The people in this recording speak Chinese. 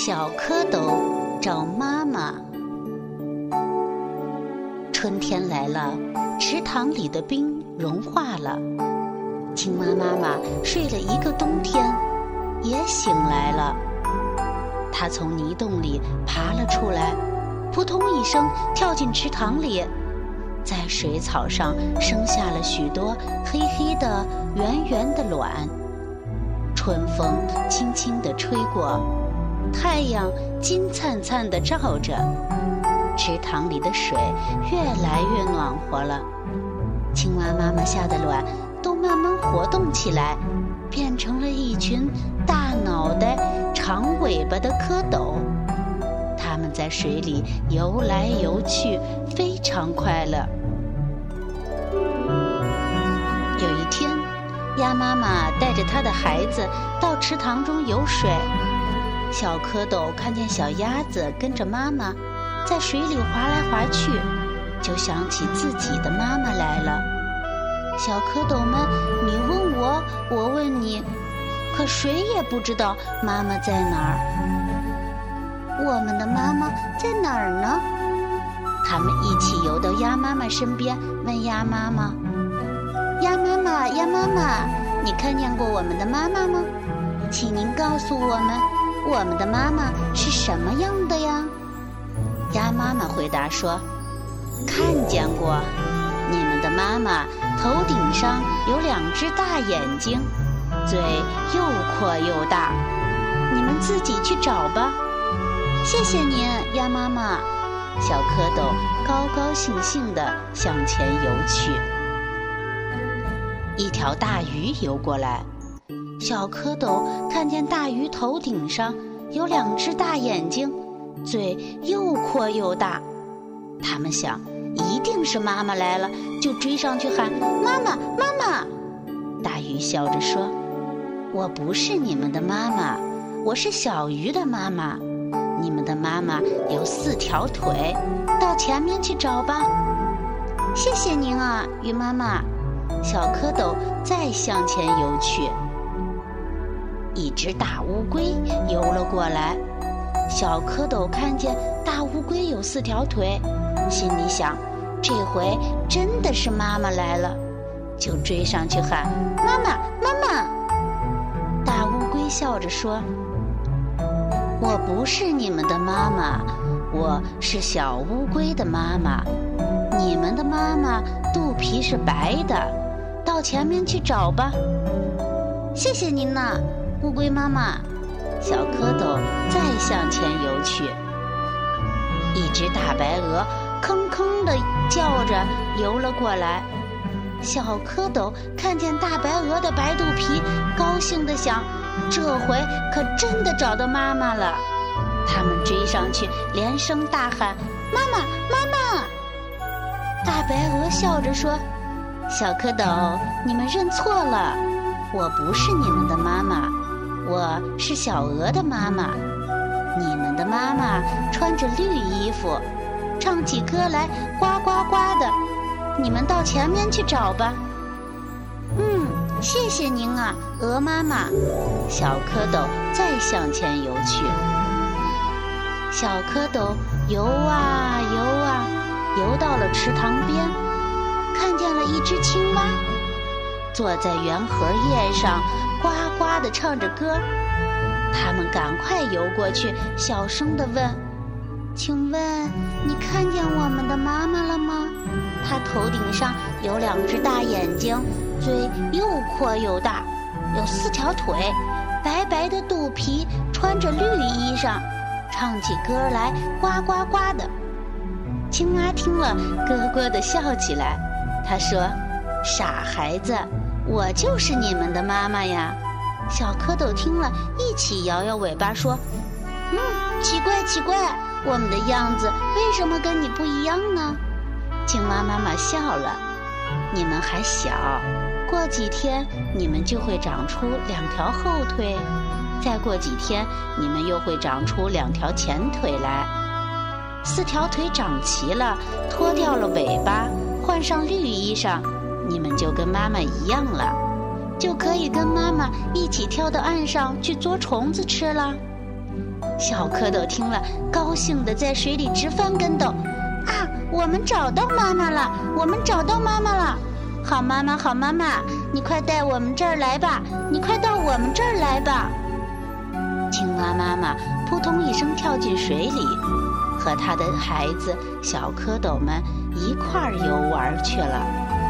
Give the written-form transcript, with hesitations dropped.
小蝌蚪找妈妈。春天来了，池塘里的冰融化了。青蛙妈妈睡了一个冬天，也醒来了。她从泥洞里爬了出来，扑通一声跳进池塘里，在水草上生下了许多黑黑的圆圆的卵。春风轻轻地吹过，太阳金灿灿地照着，池塘里的水越来越暖和了。青蛙妈妈下的卵都慢慢活动起来，变成了一群大脑袋、长尾巴的蝌蚪。它们在水里游来游去，非常快乐。有一天，鸭妈妈带着她的孩子到池塘中游水。小蝌蚪看见小鸭子跟着妈妈在水里划来划去，就想起自己的妈妈来了。小蝌蚪们，你问我，我问你，可谁也不知道妈妈在哪儿。我们的妈妈在哪儿呢？他们一起游到鸭妈妈身边，问鸭妈妈：鸭妈妈，鸭妈妈，你看见过我们的妈妈吗？请您告诉我们，我们的妈妈是什么样的呀？鸭妈妈回答说：看见过，你们的妈妈头顶上有2只大眼睛，嘴又阔又大，你们自己去找吧。谢谢您，鸭妈妈。小蝌蚪高高兴兴地向前游去。一条大鱼游过来，小蝌蚪看见大鱼头顶上有2只大眼睛，嘴又阔又大。他们想，一定是妈妈来了，就追上去喊：妈妈，妈妈！大鱼笑着说：我不是你们的妈妈，我是小鱼的妈妈。你们的妈妈有4条腿，到前面去找吧。谢谢您啊，鱼妈妈。小蝌蚪再向前游去。一只大乌龟游了过来，小蝌蚪看见大乌龟有4条腿，心里想，这回真的是妈妈来了，就追上去喊：妈妈，妈妈！大乌龟笑着说：我不是你们的妈妈，我是小乌龟的妈妈。你们的妈妈肚皮是白的，到前面去找吧。谢谢您呐，乌龟妈妈。小蝌蚪再向前游去。一只大白鹅吭吭地叫着游了过来。小蝌蚪看见大白鹅的白肚皮，高兴地想，这回可真的找到妈妈了。他们追上去，连声大喊：妈妈，妈妈！大白鹅笑着说：小蝌蚪，你们认错了，我不是你们的妈妈，我是小鹅的妈妈。你们的妈妈穿着绿衣服，唱起歌来呱呱呱的，你们到前面去找吧。谢谢您啊，鹅妈妈。小蝌蚪再向前游去。小蝌蚪游啊游啊，游到了池塘边，看见了一只青蛙，坐在圆荷叶上，呱呱地唱着歌。他们赶快游过去，小声地问：请问你看见我们的妈妈了吗？她头顶上有2只大眼睛，嘴又阔又大，有4条腿，白白的肚皮，穿着绿衣裳，唱起歌来呱呱呱的。青蛙听了咯咯地笑起来，他说：傻孩子，我就是你们的妈妈呀。小蝌蚪听了一起摇摇尾巴说：奇怪奇怪，我们的样子为什么跟你不一样呢？青蛙妈妈笑了，你们还小，过几天你们就会长出2条后腿，再过几天你们又会长出2条前腿来。4条腿长齐了，脱掉了尾巴，换上绿衣裳，你们就跟妈妈一样了，就可以跟妈妈一起跳到岸上去捉虫子吃了。 小蝌蚪听了，高兴地在水里直翻跟斗。啊，我们找到妈妈了！我们找到妈妈了！好妈妈，好妈妈，你快带我们这儿来吧！你快到我们这儿来吧！青蛙妈妈扑通一声跳进水里，和她的孩子小蝌蚪们一块儿游玩去了。